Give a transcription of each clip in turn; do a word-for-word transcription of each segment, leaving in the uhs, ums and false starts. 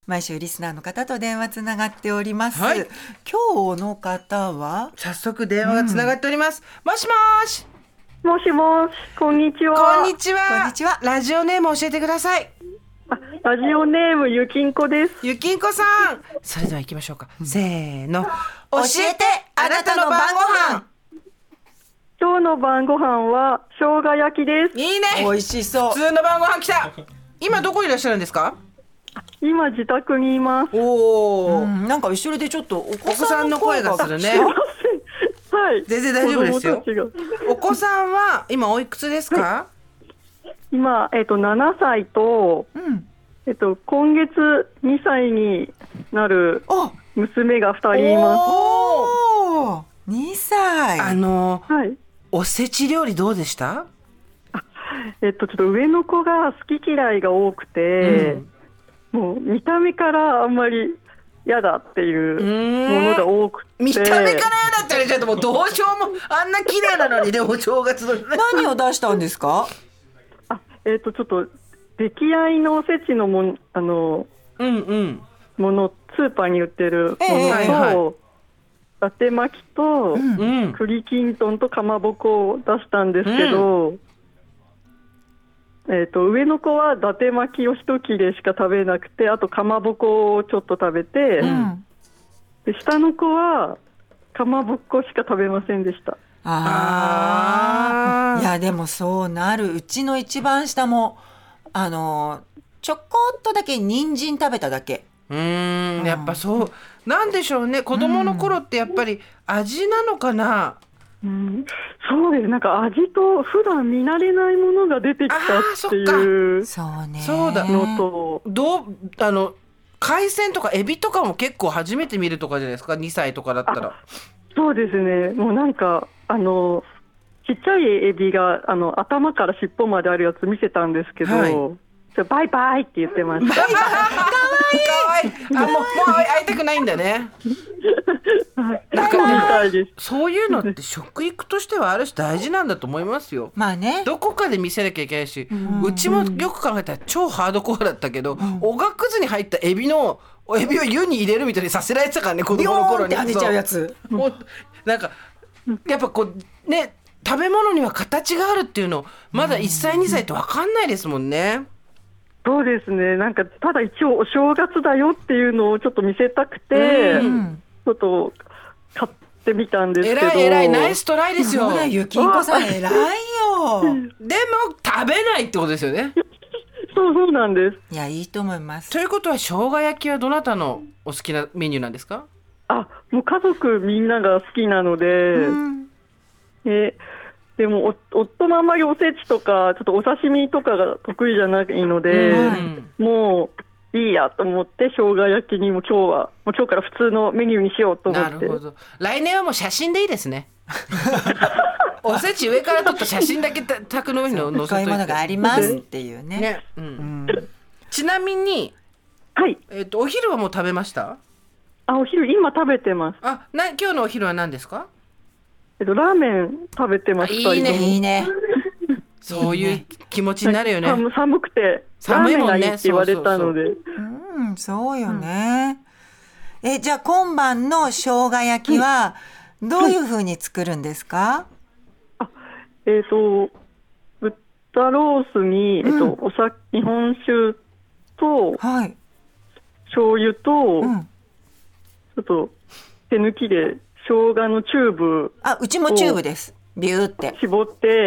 毎週リスナーの方と電話つながっております、 はい、 今日の方は早速電話がつながっております、うん、もしもしもしもし、こんにちは。 こんにちは。 こんにちは。 ラジオネーム教えてください。 あ、ラジオネームゆきんこです。 ゆきんこさん。それでは行きましょうか。うん、せーの。教えて、あなたの晩ご飯。 今日の晩ご飯は生姜焼きです。 いいね。 美味しそう。 普通の晩ご飯来た。今どこにいらっしゃるんですか？ 今自宅にいます。 おお、 なんか後ろでちょっとお子さんの声がするね。 はい、 全然大丈夫ですよ。お子さんは今おいくつですか？ はい、今、えっと、ななさいと、うん、えっと、今月にさいになる娘がふたりいます。 おー、にさい。 あの、 はい、 おせち料理どうでした？ あ、えっと、ちょっと上の子が好き嫌いが多くて、うん、もう見た目からあんまり嫌だっていうものが多くて、 見た目から嫌だって言われちゃうともうどうしようもあんな綺麗なのにでも正月の何を出したんですか？ あ、えっとちょっと出来合いのおせちのもあの、 うんうん、 ものスーパーに売ってるものと、えーはいはい、伊達巻きと、うん、栗きんとんとかまぼこを出したんですけど、うんえー、と上の子は伊達巻きを一切れしか食べなくて、あとかまぼこをちょっと食べて、うん、で下の子はかまぼこしか食べませんでした。 ああ、いやでもそうなる。うちの一番下もあのちょこっとだけ人参食べただけ。 うーん、やっぱそうなんでしょうね。子供の頃ってやっぱり味なのかな、 うん、そうです。なんか味と普段見慣れないものが出てきたっていうそうね、 そうだのと、 どうあの海鮮とかエビとかも結構初めて見るとかじゃないですか、にさいとかだったら。 そうですね。もうなんかあのちっちゃいエビがあの頭から尻尾まであるやつ見せたんですけど、はい、バイバイって言ってました。かわいいかわいい。あ、もう、もう会いたくないんだね。なんかね、そういうのって食育としてはある種大事なんだと思いますよ。 まあね、 どこかで見せなきゃいけないし、うん、うちもよく考えたら超ハードコアだったけど、うん、おがくずに入ったエビのエビを湯に入れるみたいにさせられてたからね、子供の頃に。 ビョーンって跳ねちゃうやつ。 もうなんかやっぱこうね、食べ物には形があるっていうのまだいっさいにさいって分かんないですもんね。 そうですね。なんかただ一応お正月だよっていうのをちょっと見せたくて、うん、ちょっと買ってみたんですけど。 えらいえらい、ナイストライですよ。 ゆきんこさんえらいよ。 でも食べないってことですよね。 そうそうなんです。 いや、いいと思います。 ということは生姜焼きはどなたのお好きなメニューなんですか？ あ、もう家族みんなが好きなので、うん、えでも夫もあんまりおせちとかちょっとお刺身とかが得意じゃないので、うん、もういいやと思って生姜焼きにも今日はもう今日から普通のメニューにしようと思って。 なるほど。来年はもう写真でいいですね。おせち上から撮った写真だけ卓の上に載せといて、 こういうものがありますっていうね。 ね、うんうん、ちなみに、 はい、 えーと、お昼はもう食べました？ あ、お昼今食べてます。 あ、な今日のお昼は何ですか？ えっと、ラーメン食べてました。 いいねいいね。 そういう気持ちになるよね。 寒, 寒くて寒いもんね、 ラーメンがいいって言われたので。 うん、そうよね、うん、えじゃあ今晩の生姜焼きはどういう風に作るんですか？ はい、あえっ、ー、と豚ロースに、えっと、おさ日本酒と、はい、醤油と、うん、ちょっと手抜きで生姜のチューブ、 あ、うちもチューブです。ビューって絞って、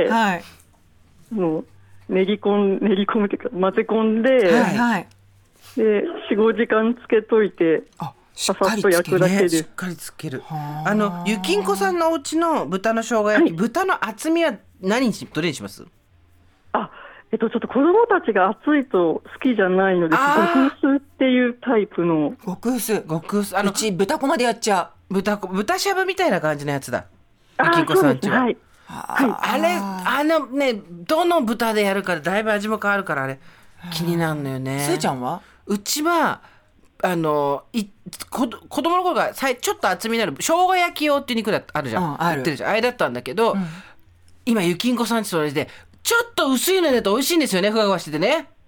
はい、 もう練り込ん練り込むというか混ぜ込んで、はいはい、で よん,ご 時間つけといて、あ、ささっと焼くだけです。 しっかりつける。あのゆきんこさんのお家の豚の生姜焼き、はい、豚の厚みは何にしどれにします？ あ、えっとちょっと子供たちが熱いと好きじゃないので、極薄っていうタイプの。 極薄極薄。あのうち豚こまでやっちゃう。 豚豚しゃぶみたいな感じのやつだ。ゆきんこさんちは。はい。あれあのね、どの豚でやるかでだいぶ味も変わるからあれ気になるのよね。 すーちゃんは？ うちはあのいこ子供の頃がさいちょっと厚みになる生姜焼き用っていう肉だあるじゃん、うん、ある売ってるじゃん、あれだったんだけど、うん、今ゆきんこさんちと同じでちょっと薄いのだと美味しいんですよね、ふわふわしててね。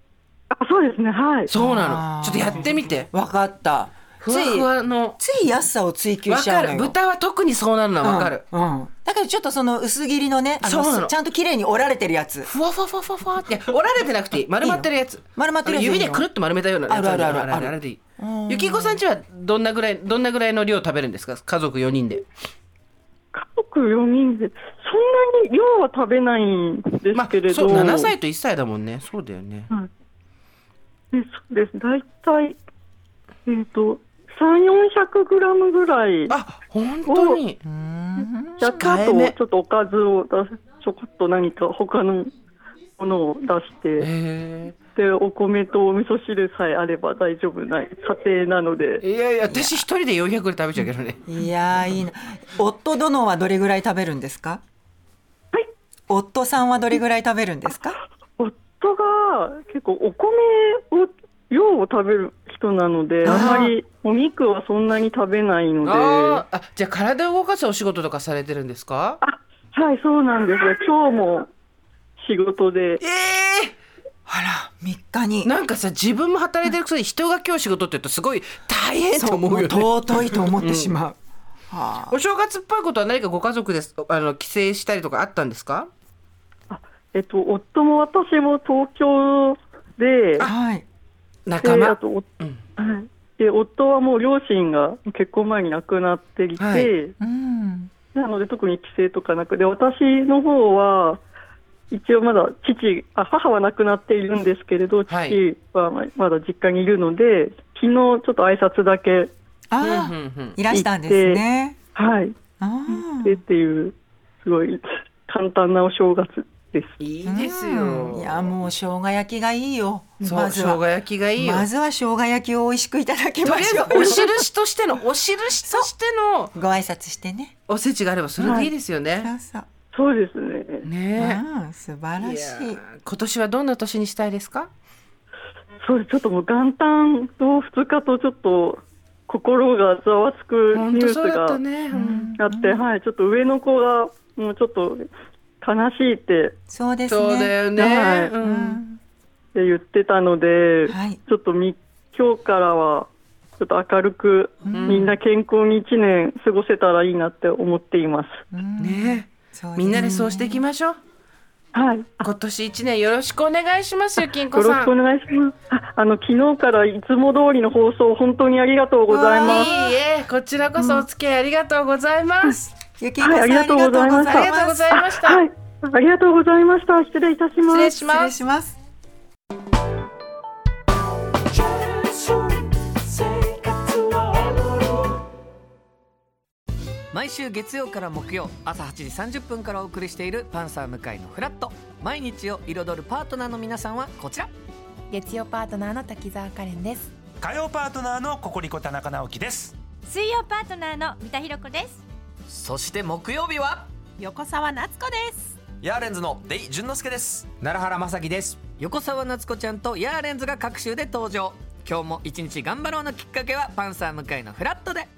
あ、そうですね、はい。 そうなの。ちょっとやってみて。 わかった。 ふわふわの。 つい安さを追求しちゃうのよ。 わかる。豚は特にそうなるのはわかる。 うんうん、だけどちょっとその薄切りのね、あのそうなの、 ちゃんと綺麗に折られてるやつ。 ふわふわふわふわふわって、折られてなくていい。丸まってるやつ。 丸まってるやつ。 指でくるっと丸めたようなやつ。 あるあるあるあるあれでいい。ゆきこさんちはどんなぐらいどんなぐらいの量食べるんですか？家族よにんで。 家族よにんでそんなに量は食べないんですけれど、 まあ、そうななさいといっさいだもんね。そうだよね。 はい、でそうです。だいたいえっ、ー、とさんびゃく、よんひゃくグラムぐらい。 あ、本当に。 やった後ちょっとおかずを出す、ちょこっと何か他のものを出して、でお米とお味噌汁さえあれば大丈夫な家庭なので。 いやいや、私一人でよんひゃくぐらい食べちゃうけどね。 いやいいな。夫殿はどれぐらい食べるんですか？ はい。 夫さんはどれぐらい食べるんですか？ 夫が結構お米を量を食べる人なので、あんまりお肉はそんなに食べないので。 ああ、じゃあ体を動かすお仕事とかされてるんですか？ あ、はい、そうなんです。今日も仕事で。 ええー、 あら、みっかに。 なんかさ、自分も働いてるくせに人が今日仕事って言うとすごい大変と思うよね。 そう、尊いと思ってしまう、うんはあ、お正月っぽいことは何かご家族であの帰省したりとかあったんですか？ あ、えっと、夫も私も東京で、 はい、 仲間、あと、うん、はい、で夫はもう両親が結婚前に亡くなっていて、はい、うん、なので特に帰省とかなく、で私の方は一応まだ父あ母は亡くなっているんですけれど、 はい、 父はまだ実家にいるので、昨日ちょっと挨拶だけあいらしたんですね。 はい、あでっていうすごい簡単なお正月です。 いいですよ、 うん、いやもう生姜焼きがいいよ。 まずは生姜焼きがいいよ。 まずは生姜焼きを美味しくいただきましょう。 とりあえずお印としてのお印としてのご挨拶してね、 おせちがあればそれでいいですよね、 はい、そうそうそうですね。 ねえ、 うん、素晴らしい。い今年はどんな年にしたいですか？ そうです。ちょっともう元旦とふつかとちょっと心がざわつくニュースがあって、ね、うんうん、はい、ちょっと上の子がもうちょっと悲しいって、 そうですね、 そうだよね、 はい、 うん、 って言ってたので、 はい、 ちょっとみ今日からはちょっと明るく、うん、みんな健康にいちねん過ごせたらいいなって思っています、 うん、ねえ、みんなでそうしていきましょう。 はい、 今年いちねんよろしくお願いしますよ、金子さん。 よろしくお願いします。あ、あの昨日からいつも通りの放送本当にありがとうございます。 いいえ、こちらこそお付き合いありがとうございます。 ゆきこさん、はい、ありがとうございました。 ありがとうございました。 はい、ありがとうございました。失礼いたします。 失礼します。 失礼します。 毎週月曜から木曜朝はちじさんじゅっぷんからお送りしているパンサー向井のフラット。毎日を彩るパートナーの皆さんはこちら。 月曜パートナーの滝沢カレンです。 火曜パートナーのココリコ田中直樹です。 水曜パートナーの三田寛子です。 そして木曜日は横澤夏子です。 ヤーレンズのデイ淳之介です。 奈良原正樹です。 横澤夏子ちゃんとヤーレンズが各週で登場。今日も一日頑張ろうのきっかけはパンサー向井のフラットで。